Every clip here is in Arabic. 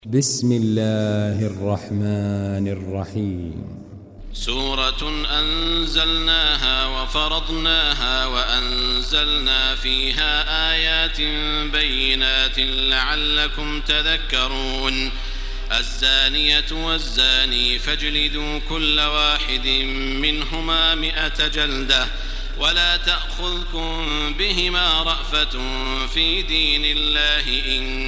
بسم الله الرحمن الرحيم. سورة أنزلناها وفرضناها وأنزلنا فيها آيات بينات لعلكم تذكرون. الزانية والزاني فاجلدوا كل واحد منهما 100 جلدة ولا تأخذكم بهما رأفة في دين الله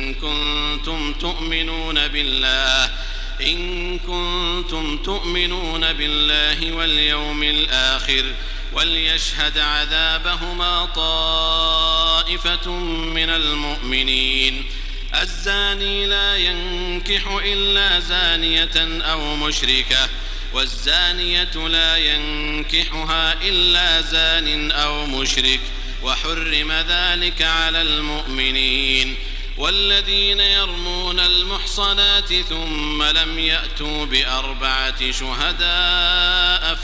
إن كنتم تؤمنون بالله واليوم الآخر وليشهد عذابهما طائفة من المؤمنين. الزاني لا ينكح إلا زانية أو مشركة والزانية لا ينكحها إلا زان أو مشرك وحرم ذلك على المؤمنين. والذين يرمون المحصنات ثم لم يأتوا ب4 شهداء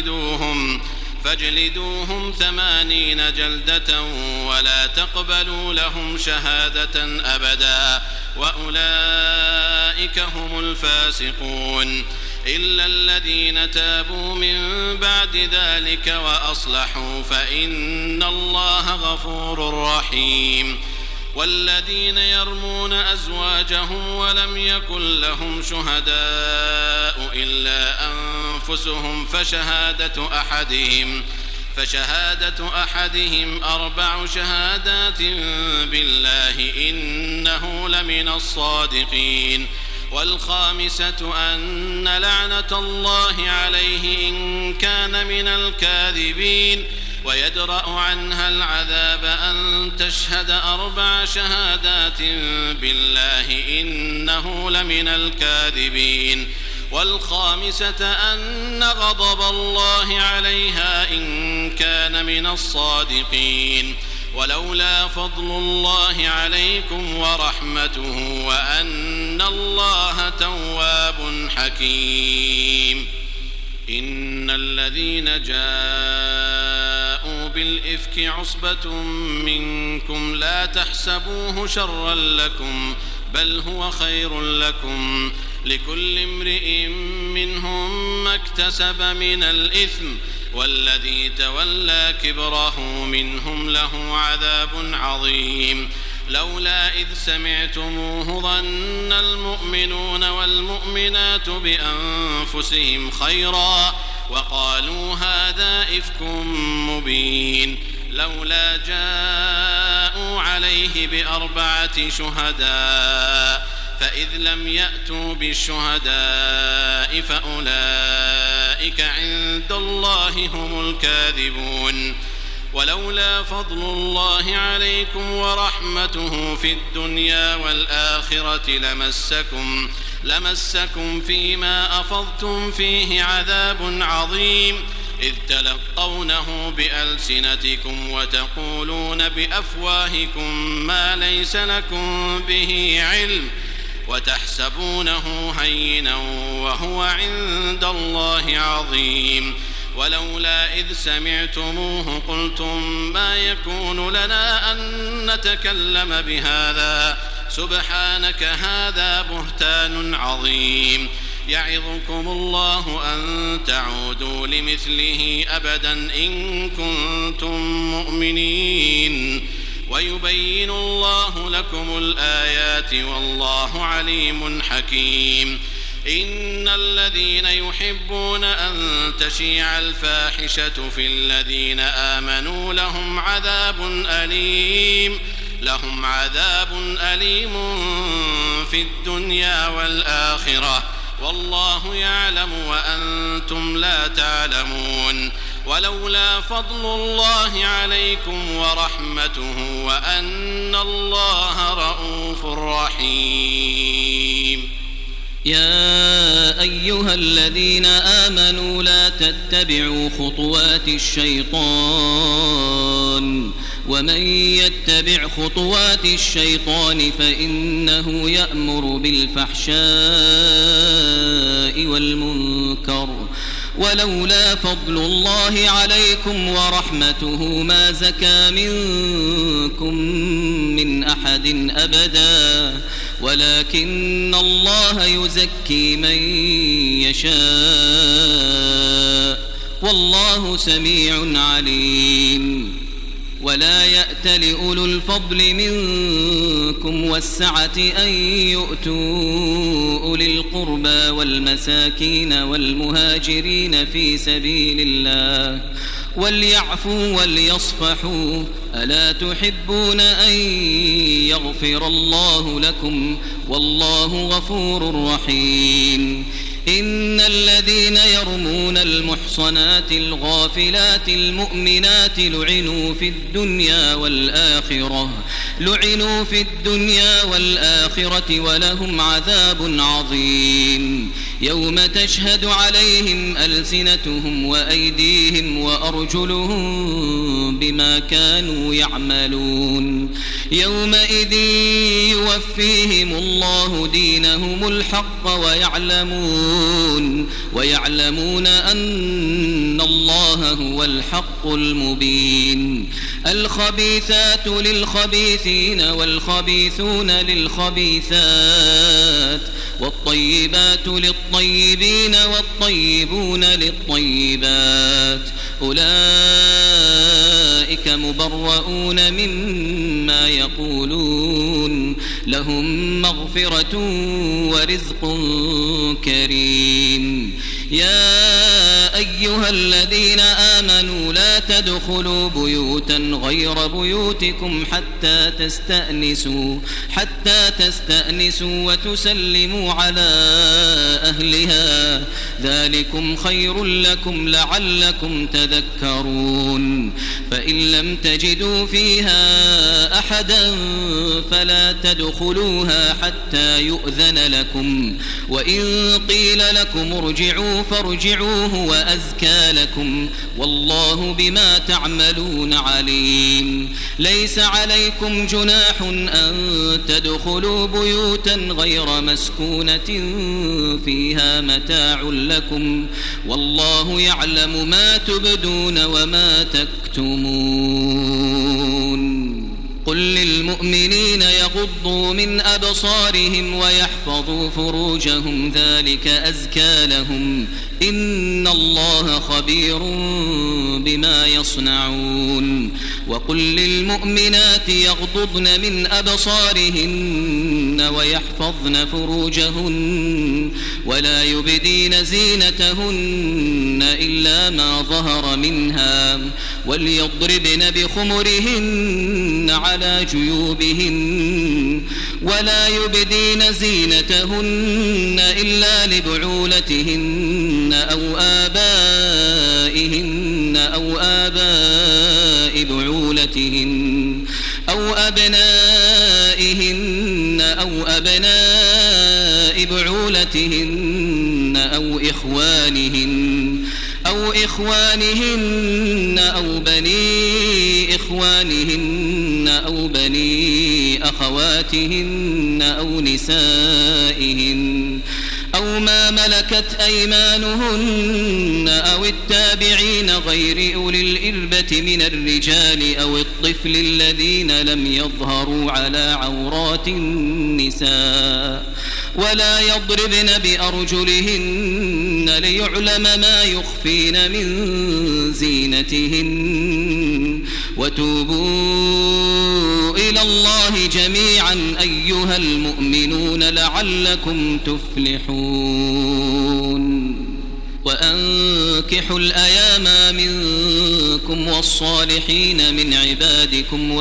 فاجلدوهم 80 جلدة ولا تقبلوا لهم شهادة أبدا وأولئك هم الفاسقون إلا الذين تابوا من بعد ذلك وأصلحوا فإن الله غفور رحيم. والذين يرمون أزواجهم ولم يكن لهم شهداء إلا أنفسهم فشهادة أحدهم 4 شهادات بالله إنه لمن الصادقين. والخامسة أن لعنة الله عليه إن كان من الكاذبين ويدرأ عنها العذاب أن تشهد 4 شهادات بالله إنه لمن الكاذبين. والخامسة أن غضب الله عليها إن كان من الصادقين. ولولا فضل الله عليكم ورحمته وأن الله تواب حكيم. إن الذين جاءوا بالإفك عصبة منكم لا تحسبوه شرا لكم بل هو خير لكم لكل امرئ منهم ما اكتسب من الإثم والذي تولى كبره منهم له عذاب عظيم. لولا إذ سمعتموه ظن المؤمنون والمؤمنات بأنفسهم خيرا وقالوا هذا إفك مبين. لولا جاءوا عليه ب4 شهداء فإذ لم يأتوا بالشهداء فأولئك عند الله هم الكاذبون. ولولا فضل الله عليكم ورحمته في الدنيا والآخرة لمسكم فيما أفضتم فيه عذاب عظيم إذ تلقونه بألسنتكم وتقولون بأفواهكم ما ليس لكم به علم وتحسبونه هينا وهو عند الله عظيم. ولولا إذ سمعتموه قلتم ما يكون لنا أن نتكلم بهذا سبحانك هذا بهتان عظيم. يعظكم الله أن تعودوا لمثله أبدا إن كنتم مؤمنين ويبين الله لكم الآيات والله عليم حكيم. إن الذين يحبون أن تشيع الفاحشة في الذين آمنوا لهم عذاب أليم في الدنيا والآخرة والله يعلم وأنتم لا تعلمون. ولولا فضل الله عليكم ورحمته وأن الله رءوف رحيم. يا أيها الذين آمنوا لا تتبعوا خطوات الشيطان ومن يتبع خطوات الشيطان فإنه يأمر بالفحشاء والمنكر ولولا فضل الله عليكم ورحمته ما زكى منكم من أحد أبدا ولكن الله يزكي من يشاء والله سميع عليم. ولا يأتل أولو الفضل منكم والسعة أن يؤتوا أولي القربى والمساكين والمهاجرين في سبيل الله وليعفوا وليصفحوا ألا تحبون أن يغفر الله لكم والله غفور رحيم. إن الذين يرمون المحصنات الغافلات المؤمنات لعنوا في الدنيا والآخرة ولهم عذاب عظيم. يوم تشهد عليهم ألسنتهم وأيديهم وأرجلهم بما كانوا يعملون. يومئذ يوفيهم الله دينهم الحق ويعلمون أن الله هو الحق المبين. الخبيثات للخبيثين والخبيثون للخبيثات والطيبات للطيبين والطيبون للطيبات أولئك مبرؤون مما يقولون لهم مغفرة ورزق كريم. يا أيها الذين آمنوا لا تدخلوا بيوتا غير بيوتكم حتى تستأنسوا وتسلموا على أهلها ذلكم خير لكم لعلكم تذكرون. فإن لم تجدوا فيها أحدا فلا تدخلوها حتى يؤذن لكم وإن قيل لكم ارجعوا فارجعوا هو أزكى لكم والله بما تعملون عليم. ليس عليكم جناح أن تدخلوا بيوتا غير مسكونة فيها متاع لكم والله يعلم ما تبدون وما تكتمون. قل للمؤمنين يغضوا من أبصارهم ويحفظوا فروجهم ذلك أزكى لهم إن الله خبير بما يصنعون. وقل للمؤمنات يغضضن من أبصارهن ويحفظن فروجهن ولا يبدين زينتهن إلا ما ظهر منها وليضربن بخمرهن على جيوبهن ولا يبدين زينتهن إلا لبعولتهن أو آباء بعولتهن أو أبنائهن أو أبناء بعولتهن أو إخوانهن أو بني إخوانهن أو بني أخواتهن أو نسائهن أو ما ملكت أيمانهن أو التابعين غير أولي الإربة من الرجال أو الطفل الذين لم يظهروا على عورات النساء ولا يضربن بأرجلهن ليعلم ما يخفين من زينتهن. وتوبوا إلى الله جميعا أيها المؤمنون لعلكم تفلحون. وأنكحوا الأيام منكم والصالحين من عبادكم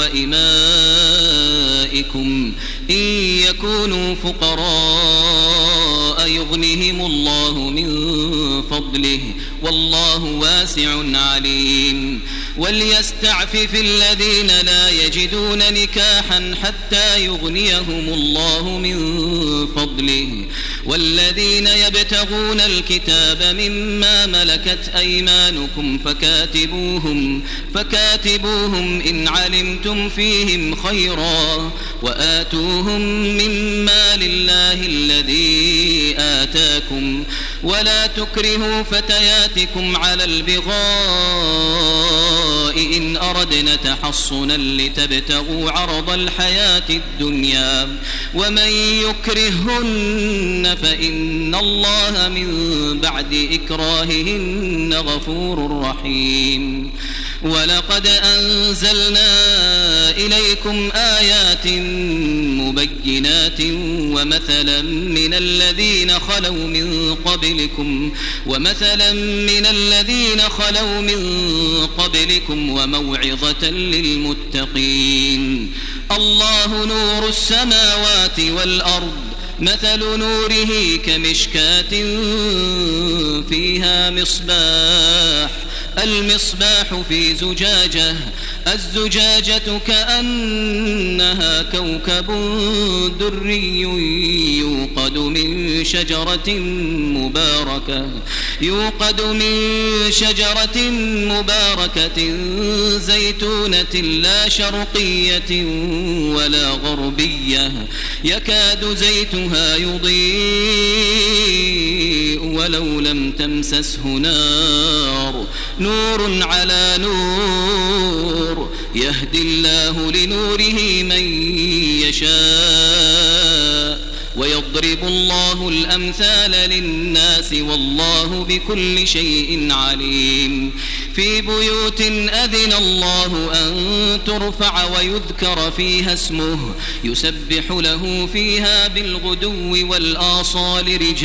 وإمائكم إن يكونوا فقراء يغنهم الله من فضله والله واسع عليم. وليستعفف الذين لا يجدون نكاحا حتى يغنيهم الله من فضله والذين يبتغون الكتاب مما ملكت أيمانكم فكاتبوهم إن علمتم فيهم خيرا وآتوهم مما لله الذي آتاكم ولا تكرهوا فتياتكم على البغاء إن أردنا تحصنا لتبتغوا عرض الحياة الدنيا ومن يكرههن فإن الله من بعد إكراههن غفور رحيم. ولقد أنزلنا إليكم آيات مبينات ومثلا من الذين خلوا من قبلكم وموعظة للمتقين. الله نور السماوات والأرض مثل نوره كمشكاة فيها مصباح المصباح في زجاجة الزجاجة كأنها كوكب دري يوقد من شجرة مباركة زيتونة لا شرقية ولا غربية يكاد زيتها يضيء ولو لم تمسسه نور على نور يهدي الله لنوره من يشاء ويضرب الله الأمثال للناس والله بكل شيء عليم. في بيوت أذن الله أن ترفع ويذكر فيها اسمه يسبح له فيها بالغدو والآصال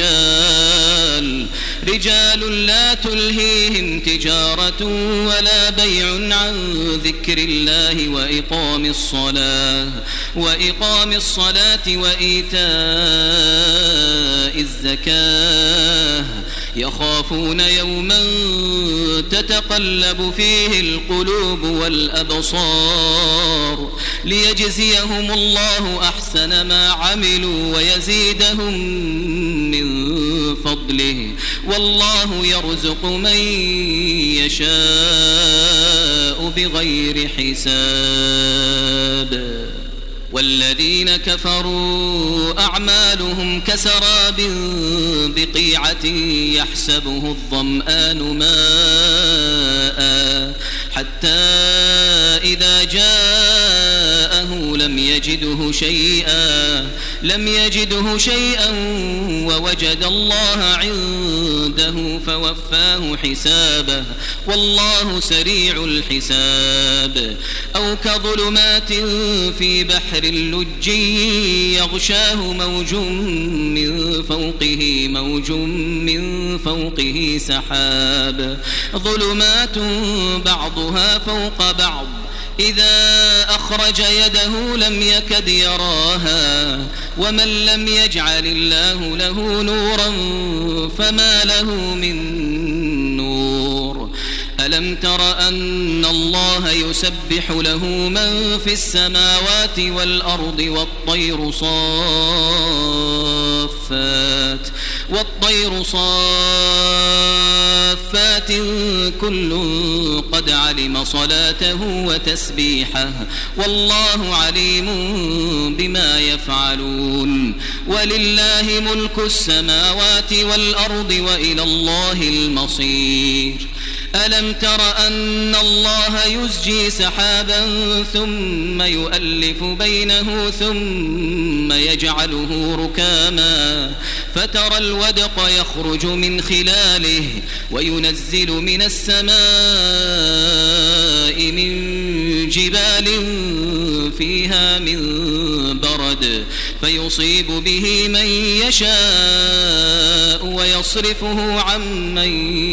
رجال لا تلهيهم تجارة ولا بيع عن ذكر الله وإقام الصلاة وإيتاء الزكاة يخافون يوما تتقلب فيه القلوب والأبصار ليجزيهم الله أحسن ما عملوا ويزيدهم من فضله والله يرزق من يشاء بغير حساب. والذين كفروا أعمالهم كسراب بقيعة يحسبه الظمآن ماء حتى إذا جاءه لم يجده شيئا ووجد الله عنده فوفاه حسابه والله سريع الحساب. أو كظلمات في بحر اللج يغشاه موج من فوقه سحاب ظلمات بعضها فوق بعض إذا أخرج يده لم يكد يراها ومن لم يجعل الله له نورا فما له من نور. ألم تر أن الله يسبح له من في السماوات والأرض والطير صافات كل قد علم صلاته وتسبيحه والله عليم بما يفعلون. ولله ملك السماوات والأرض وإلى الله المصير. ألم تر أن الله يزجي سحابا ثم يؤلف بينه ثم يجعله ركاما فترى الودق يخرج من خلاله وينزل من السماء من جبال فيها من برد فيصيب به من يشاء ويصرفه عن من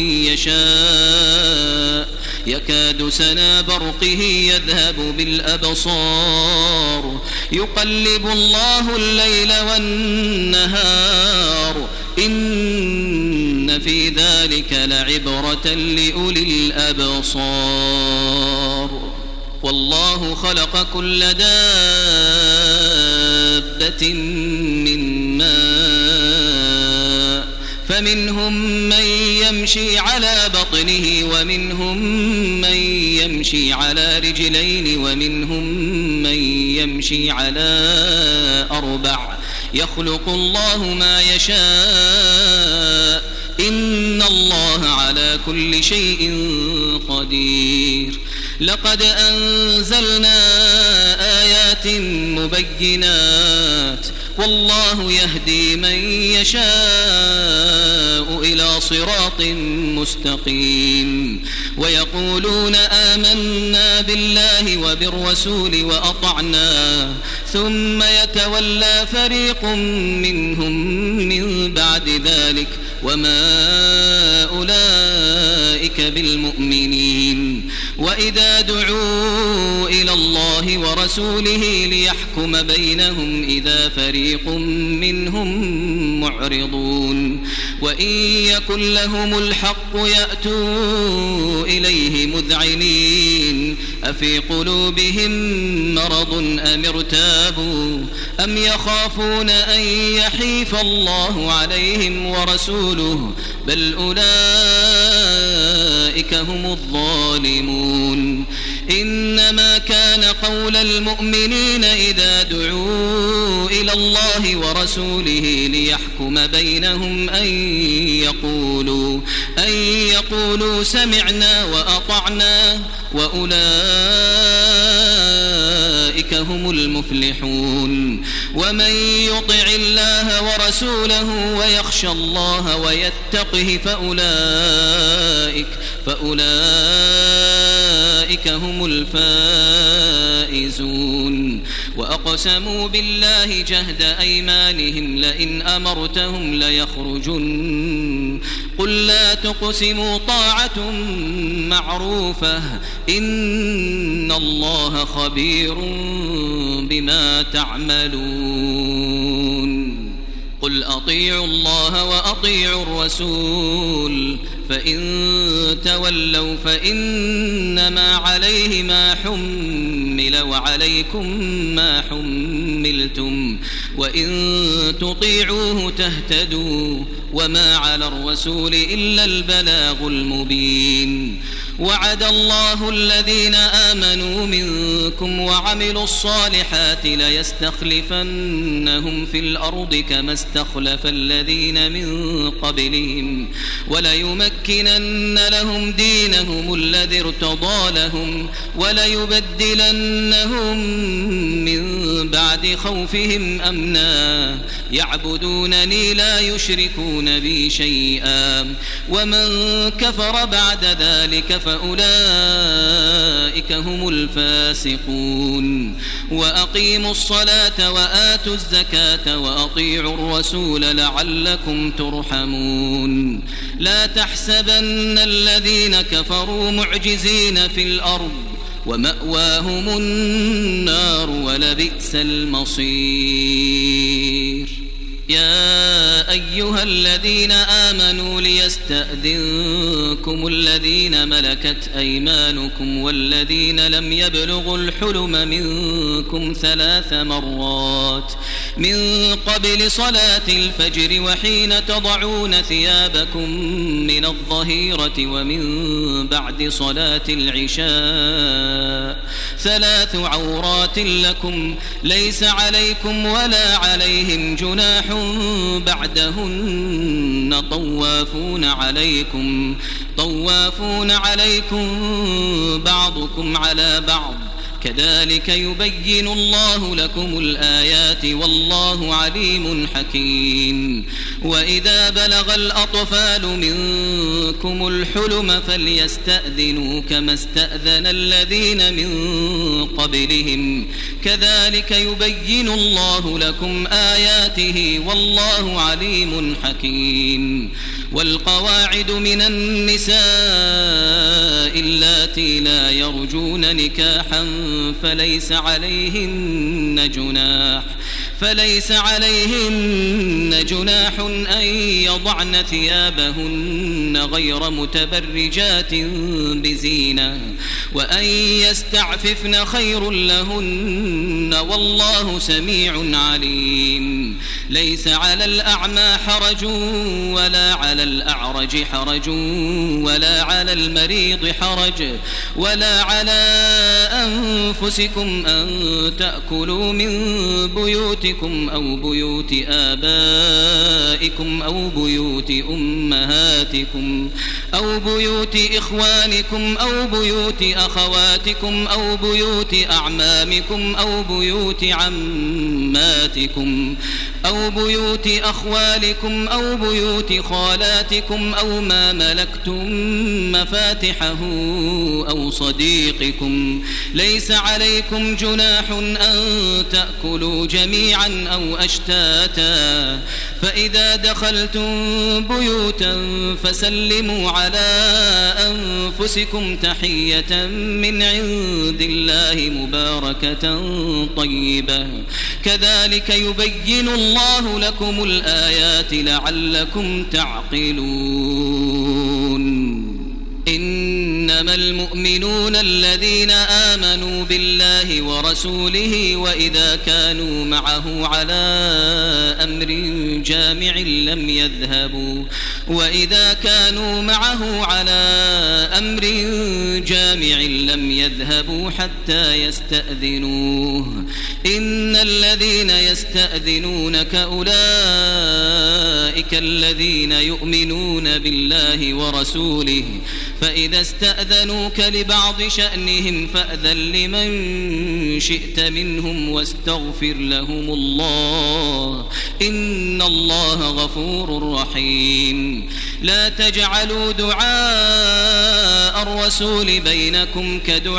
يشاء يكاد سنا برقه يذهب بالأبصار يقلب الله الليل والنهار إن في ذلك لعبرة لأولي الأبصار. والله خلق كل دابة من ماء فمنهم من يمشي على بطنه ومنهم من يمشي على رجلين ومنهم من يمشي على أربع يخلق الله ما يشاء كل شيء قدير. لقد أنزلنا آيات مبينات والله يهدي من يشاء إلى صراط مستقيم. ويقولون آمنا بالله وبالرسول وأطعنا ثم يتولى فريق منهم من بعد ذلك وما أولئك بالمؤمنين. وإذا دعوا إلى الله ورسوله ليحكم بينهم إذا فريق منهم معرضون. وإن يكن لهم الحق يأتوا إليه مذعنين أفي قلوبهم مرض أم ارتابوا أم يخافون أن يحيف الله عليهم ورسوله بل أولئك هم الظالمون. إنما كان قول المؤمنين إذا دعوا إلى الله ورسوله ليحكم بينهم أن يقولوا سمعنا وأطعنا وأولئك هم المفلحون. ومن يطع الله ورسوله ويخشى الله ويتقه فأولئك هم الفائزون. وأقسموا بالله جهد أيمانهم لئن أمرتهم ليخرجن قل لا تقسموا طاعة معروفة إن الله خبير بما تعملون. قل أطيعوا الله وأطيعوا الرسول فإن تولوا فإنما عليه ما حمل وعليكم ما حملتم وإن تطيعوه تهتدوا وما على الرسول إلا البلاغ المبين. وعد الله الذين آمنوا منكم وعملوا الصالحات ليستخلفنهم في الأرض كما استخلف الذين من قبلهم وليمكنن لهم دينهم الذي ارتضى لهم وليبدلنهم من بعد خوفهم أمنا يعبدونني لا يشركون بي شيئا ومن كفر بعد ذلك فأولئك هم الفاسقون. وأقيموا الصلاة وآتوا الزكاة وأطيعوا الرسول لعلكم ترحمون. لا تحسبن الذين كفروا معجزين في الأرض ومأواهم النار ولبئس المصير. يا أيها الذين آمنوا ليستأذنكم الذين ملكت أيمانكم والذين لم يبلغوا الحلم منكم 3 مرات من قبل صلاة الفجر وحين تضعون ثيابكم من الظهيرة ومن بعد صلاة العشاء 3 عورات لكم ليس عليكم ولا عليهم جناح بعدهن طوافون عليكم بعضكم على بعض كذلك يبين الله لكم الآيات والله عليم حكيم. وإذا بلغ الأطفال منكم الحلم فليستأذنوا كما استأذن الذين من قبلهم كذلك يبين الله لكم آياته والله عليم حكيم. والقواعد من النساء اللاتي لا يرجون نكاحا فليس عليهن جناح أن يضعن ثيابهن غير متبرجات بزينة وأن يستعففن خير لهن والله سميع عليم. ليس على الأعمى حرج ولا على الأعرج حرج ولا على المريض حرج ولا على أنفسكم أن تأكلوا من بيوتكم أو بيوت آبائكم أو بيوت أمهاتكم أو بيوت إخوانكم أو بيوت أخواتكم أو بيوت أعمامكم أو بيوت عماتكم أو بيوت أخوالكم أو بيوت خالاتكم أو ما ملكتم مفاتحه أو صديقكم. ليس عليكم جناح أن تأكلوا جميعا أو أشتاتا، فإذا دخلتم بيوتا فسلموا على أنفسكم تحية من عند الله مباركة طيبة، كذلك يبين الله لكم الآيات لعلكم تعقلون. إنما المؤمنون الذين آمنوا بالله ورسوله وإذا كانوا معه على أمر جامع لم يذهبوا حتى يستأذنوه. إن الذين يستأذنونك أولئك الذين يؤمنون بالله ورسوله، فإذا استأذنوك لبعض شأنهم فأذن لمن شئت منهم واستغفر لهم الله، إن الله غفور رحيم. لا تجعلوا دعاء الرسول بينكم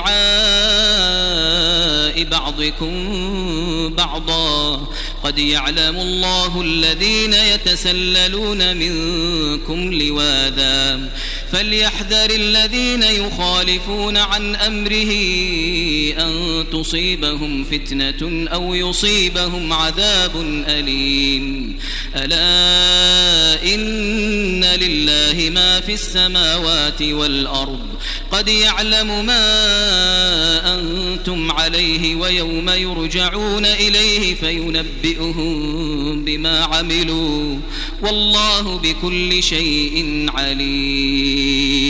كدعاء بعضكم بعضا، قد يعلم الله الذين يتسللون منكم لواذا، فليحذر الذين يخالفون عن أمره أن تصيبهم فتنة أو يصيبهم عذاب أليم. ألا إن لله ما في السماوات والأرض، قد يعلم ما أنتم عليه ويوم يرجعون إليه فينبئهم بما عملوا، والله بكل شيء عليم.